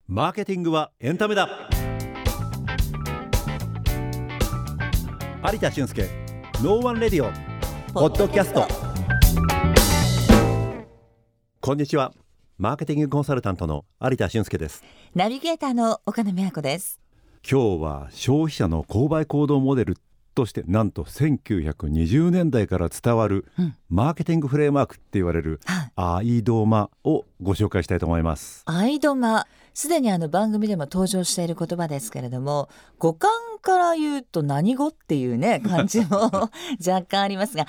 マーケティングはエンタメだ。有田俊介ノーワンレディオポッドキャスト。こんにちは。マーケティングコンサルタントの有田俊介です。 ナビゲーターの岡野美和子です。 今日は消費者の購買行動モデルとしてなんと1920年代から伝わるマーケティングフレームワークって言われるアイドマをご紹介したいと思います。 アイドマ、すでに番組でも登場している言葉ですけれども、語感から言うと何語っていうね感じも若干ありますが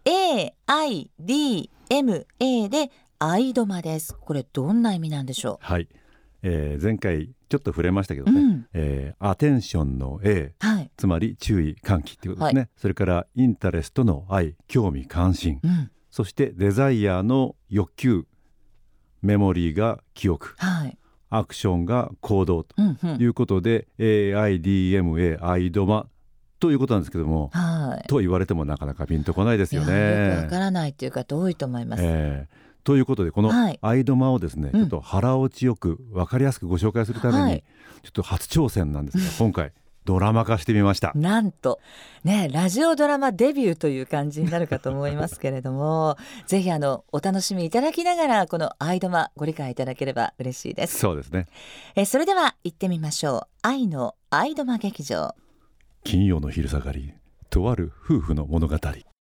AIDMA でアイドマです。これどんな意味なんでしょう。 はい、前回ちょっと触れましたけどね、アテンションの A、はい、つまり注意喚起っていうことですね、はい、それからインタレストの I、 興味関心、そしてデザイアの欲求、メモリーが記憶、はい、アクションが行動ということで、AIDMA アイドマということなんですけども、はい、と言われてもなかなかピンとこないですよね。 よくわからないという方多いと思います。 ということでこのアイドマをですね、ちょっと腹落ちよく分かりやすくご紹介するために、ちょっと初挑戦なんですが、今回ドラマ化してみました。 なんとね、ラジオドラマデビューという感じになるかと思いますけれどもぜひお楽しみいただきながらこのアイドマご理解いただければ嬉しいです。 そうですね。 それでは行ってみましょう。愛のアイドマ劇場。 金曜の昼下がり、とある夫婦の物語。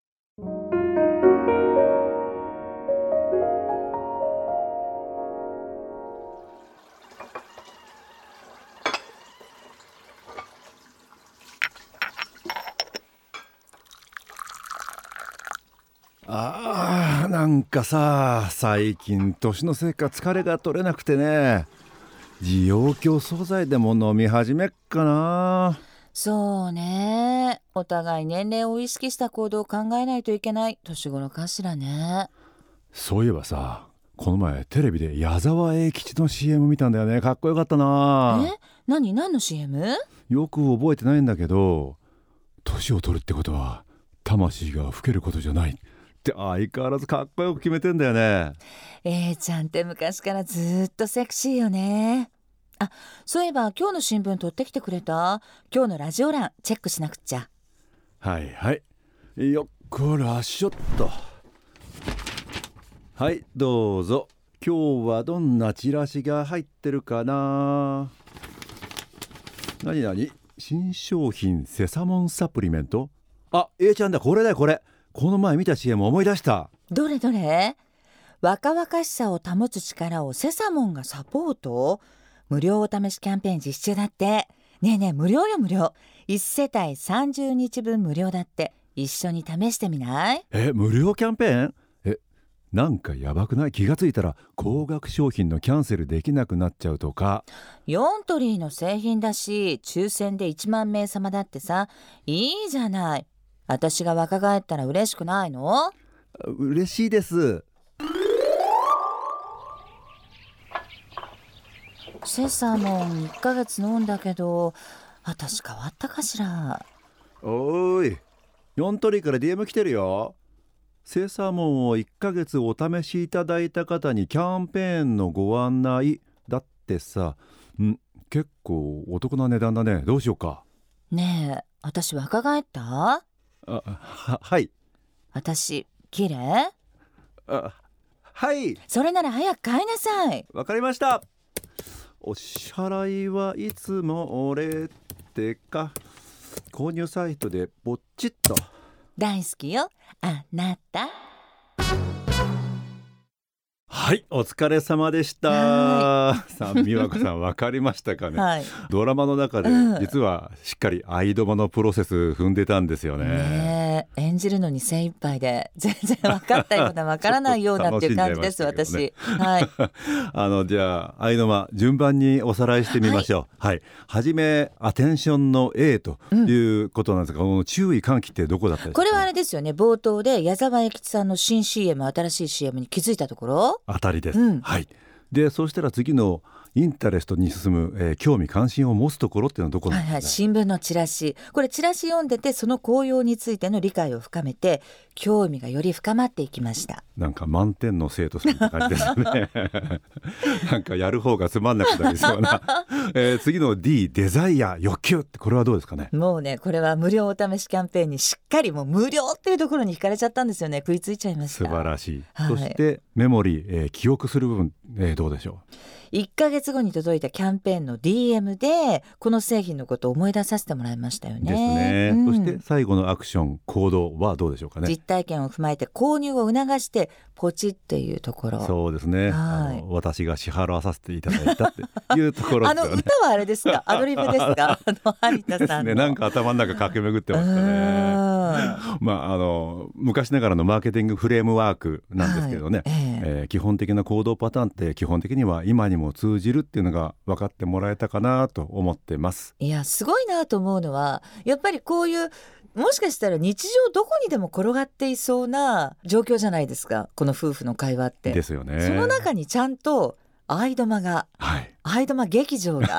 なんかさ、最近年のせいか疲れが取れなくてね、滋養強惣菜でも飲み始めっかな。 そうね、お互い年齢を意識した行動を考えないといけない年頃かしらね。 そういえばさ、この前テレビで矢沢永吉の CM 見たんだよね。かっこよかったな。 何の CM？ よく覚えてないんだけど、年を取るってことは魂が老けることじゃないって相変わらずかっこよく決めてんだよね。 ちゃんって昔からずっとセクシーよね。そういえば今日の新聞取ってきてくれた？今日のラジオ欄チェックしなくっちゃ。 はいはい、よっこらしょっと。はい、どうぞ。今日はどんなチラシが入ってるかな。何新商品セサモンサプリメント。A ちゃんだ、これだよこれ。この前見た CM 思い出した。 どれ若々しさを保つ力をセサモンがサポート。無料お試しキャンペーン実施中だって。ねえ無料よ、無料。1世帯30日分無料だって。一緒に試してみない？ 無料キャンペーン？なんかやばくない？気がついたら高額商品のキャンセルできなくなっちゃうとか。 ヨントリーの製品だし、抽選で1万名様だってさ、いいじゃない。私が若返ったら嬉しくないの？ 嬉しいです。 セサモン1ヶ月飲んだけど、私変わったかしら。 おーい、ヨントリーから DM 来てるよ。セサモンを1ヶ月お試しいただいた方にキャンペーンのご案内だってさ。結構お得な値段だね。どうしようか。 ねえ、私若返った？ はい。 私綺麗？ はい。 それなら早く買いなさい。 わかりました。お支払いはいつも俺ってか。購入サイトでポチッと。 大好きよ、あなた。 はい、お疲れ様でした。さあ、美和子さん分かりましたかね。はい、ドラマの中で実はしっかりアイドマのプロセス踏んでたんですよね。 演じるのに精一杯で全然分かったような分からないようなっていう感じです私。はい、 じゃあアイドマ順番におさらいしてみましょう。はい、はじめアテンションの A ということなんですが、この注意喚起ってどこだったですか？ これはあれですよね、冒頭で矢沢永吉さんの新 CM、 新しい CM に気づいたところあたりです。はい。でそしたら次のインタレストに進む、興味関心を持つところっていうのはどこなんですかね。 新聞のチラシ、これチラシ読んでてその効用についての理解を深めて興味がより深まっていきました。 なんか満点の生徒さんって感じですねなんかやる方がつまんなくなりそうな、次の D デザイア欲求ってこれはどうですかね。 もうねこれは無料お試しキャンペーンにしっかりもう無料っていうところに惹かれちゃったんですよね。食いついちゃいました。 素晴らしい、そしてメモリー、記憶する部分、どうでしょう。 1ヶ月後に届いたキャンペーンの DM でこの製品のことを思い出させてもらいましたよね。 ですね、そして最後のアクション行動はどうでしょうかね。 実体験を踏まえて購入を促してポチっていうところ。 そうですね、私が支払わさせていただいたっていうところですよね歌はあれですか、アドリブですか有田さんのですね、なんか頭の中駆け巡ってましたね。昔ながらのマーケティングフレームワークなんですけどね、基本的な行動パターンって基本的には今にも通じるっていうのが分かってもらえたかなと思ってます。 いやすごいなと思うのはやっぱりこういうもしかしたら日常どこにでも転がっていそうな状況じゃないですか、この夫婦の会話って。 ですよね。 その中にちゃんとアイドマが、アイドマ劇場が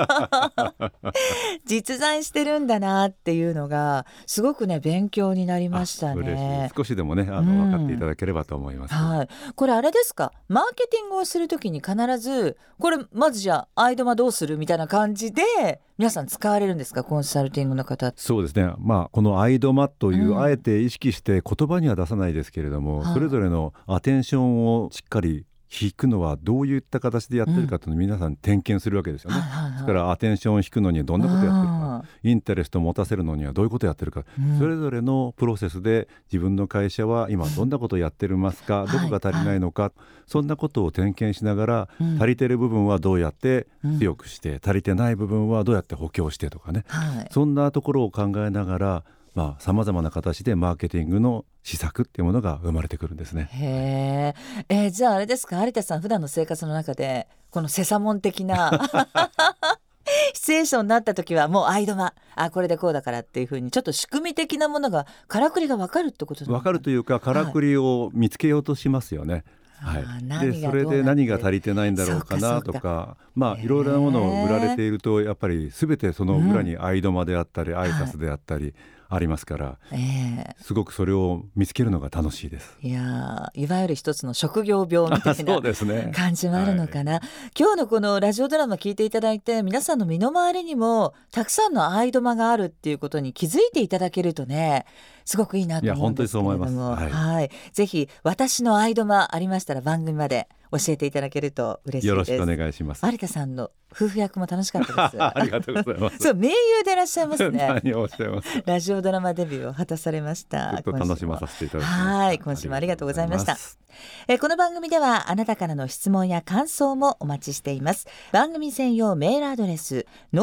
実在してるんだなっていうのがすごくね勉強になりましたね。 嬉しい。少しでもね分かっていただければと思います。 これあれですか、マーケティングをするときに必ずこれまずじゃあアイドマどうするみたいな感じで皆さん使われるんですか、コンサルティングの方。 そうですね、このアイドマという、あえて意識して言葉には出さないですけれども、それぞれのアテンションをしっかり引くのはどういった形でやってるかというのを皆さん点検するわけですよね。ですからアテンションを引くのにはどんなことやってるか、インタレストを持たせるのにはどういうことやってるか、それぞれのプロセスで自分の会社は今どんなことをやってますか、どこが足りないのか、そんなことを点検しながら、足りてる部分はどうやって強くして、足りてない部分はどうやって補強してとかね、そんなところを考えながらさまざまな形でマーケティングの施策っていうものが生まれてくるんですね。 じゃああれですか、有田さん普段の生活の中でこのセサモン的なシチュエーションになった時はもうアイドマ、これでこうだからっていう風にちょっと仕組み的なものがからくりが分かるってことなんですか。分かるというかからくりを見つけようとしますよね。でそれで何が足りてないんだろうかなとか、いろいろなものを売られているとやっぱり全てその裏にアイドマであったり、挨拶であったりありますから、すごくそれを見つけるのが楽しいです。 いわゆる一つの職業病みたいな感じもあるのかな。今日のこのラジオドラマ聞いていただいて皆さんの身の回りにもたくさんのアイドマがあるっていうことに気づいていただけるとねすごくいいなと思うんですけれども。 本当にそう思います。 ぜひ私のアイドマありましたら番組まで教えていただけると嬉しいです。 よろしくお願いします。 有田さんの夫婦役も楽しかったですありがとうございます。 そう、盟友でいらっしゃいますね。 何をおっしゃいます。 ラジオドラマデビューを果たされました。 ちょっと楽しまさせていただきました。 今週もありがとうございました。この番組ではあなたからの質問や感想もお待ちしています。番組専用メールアドレス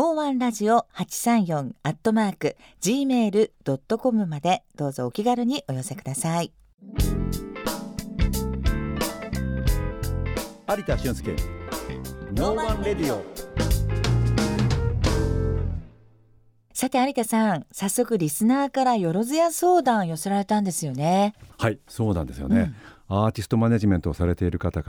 nooneradio834@gmail.com までどうぞお気軽にお寄せください。 有田俊介ノーワンレディオ。 さて有田さん、早速リスナーからよろずや相談寄せられたんですよね。 はい、そうなんですよね。アーティストマネジメントをされている方から、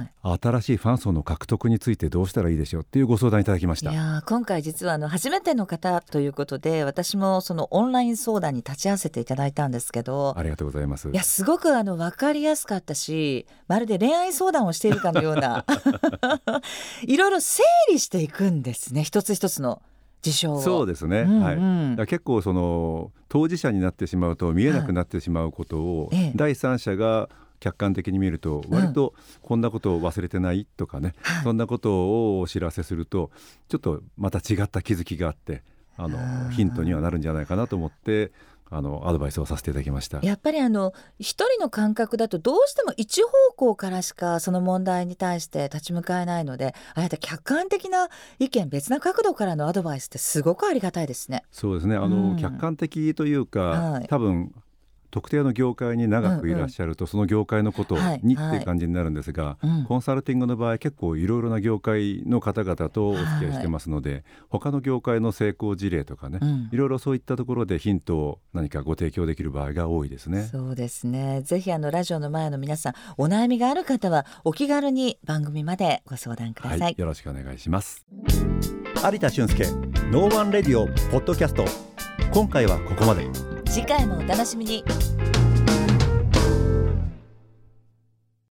新しいファン層の獲得についてどうしたらいいでしょうっていうご相談いただきました。 いや今回実は初めての方ということで私もそのオンライン相談に立ち会わせていただいたんですけど、 ありがとうございます。 すごく分かりやすかったし、まるで恋愛相談をしているかのようないろいろ整理していくんですね、一つ一つの事象を。 そうですね、だ結構その当事者になってしまうと見えなくなってしまうことを、第三者が客観的に見ると割とこんなことを忘れてないとかね、そんなことをお知らせするとちょっとまた違った気づきがあってヒントにはなるんじゃないかなと思ってアドバイスをさせていただきました。 やっぱり一人の感覚だとどうしても一方向からしかその問題に対して立ち向かえないので、ああやって客観的な意見、別な角度からのアドバイスってすごくありがたいですね。 そうですね、客観的というか、多分特定の業界に長くいらっしゃると、その業界のことにっていう感じになるんですが、コンサルティングの場合結構いろいろな業界の方々とお付き合いしてますので、他の業界の成功事例とかね、いろいろそういったところでヒントを何かご提供できる場合が多いですね。 そうですね。ぜひラジオの前の皆さん、お悩みがある方はお気軽に番組までご相談ください。 よろしくお願いします。 有田俊介ノーワンレディオポッドキャスト、今回はここまで。 次回もお楽しみに。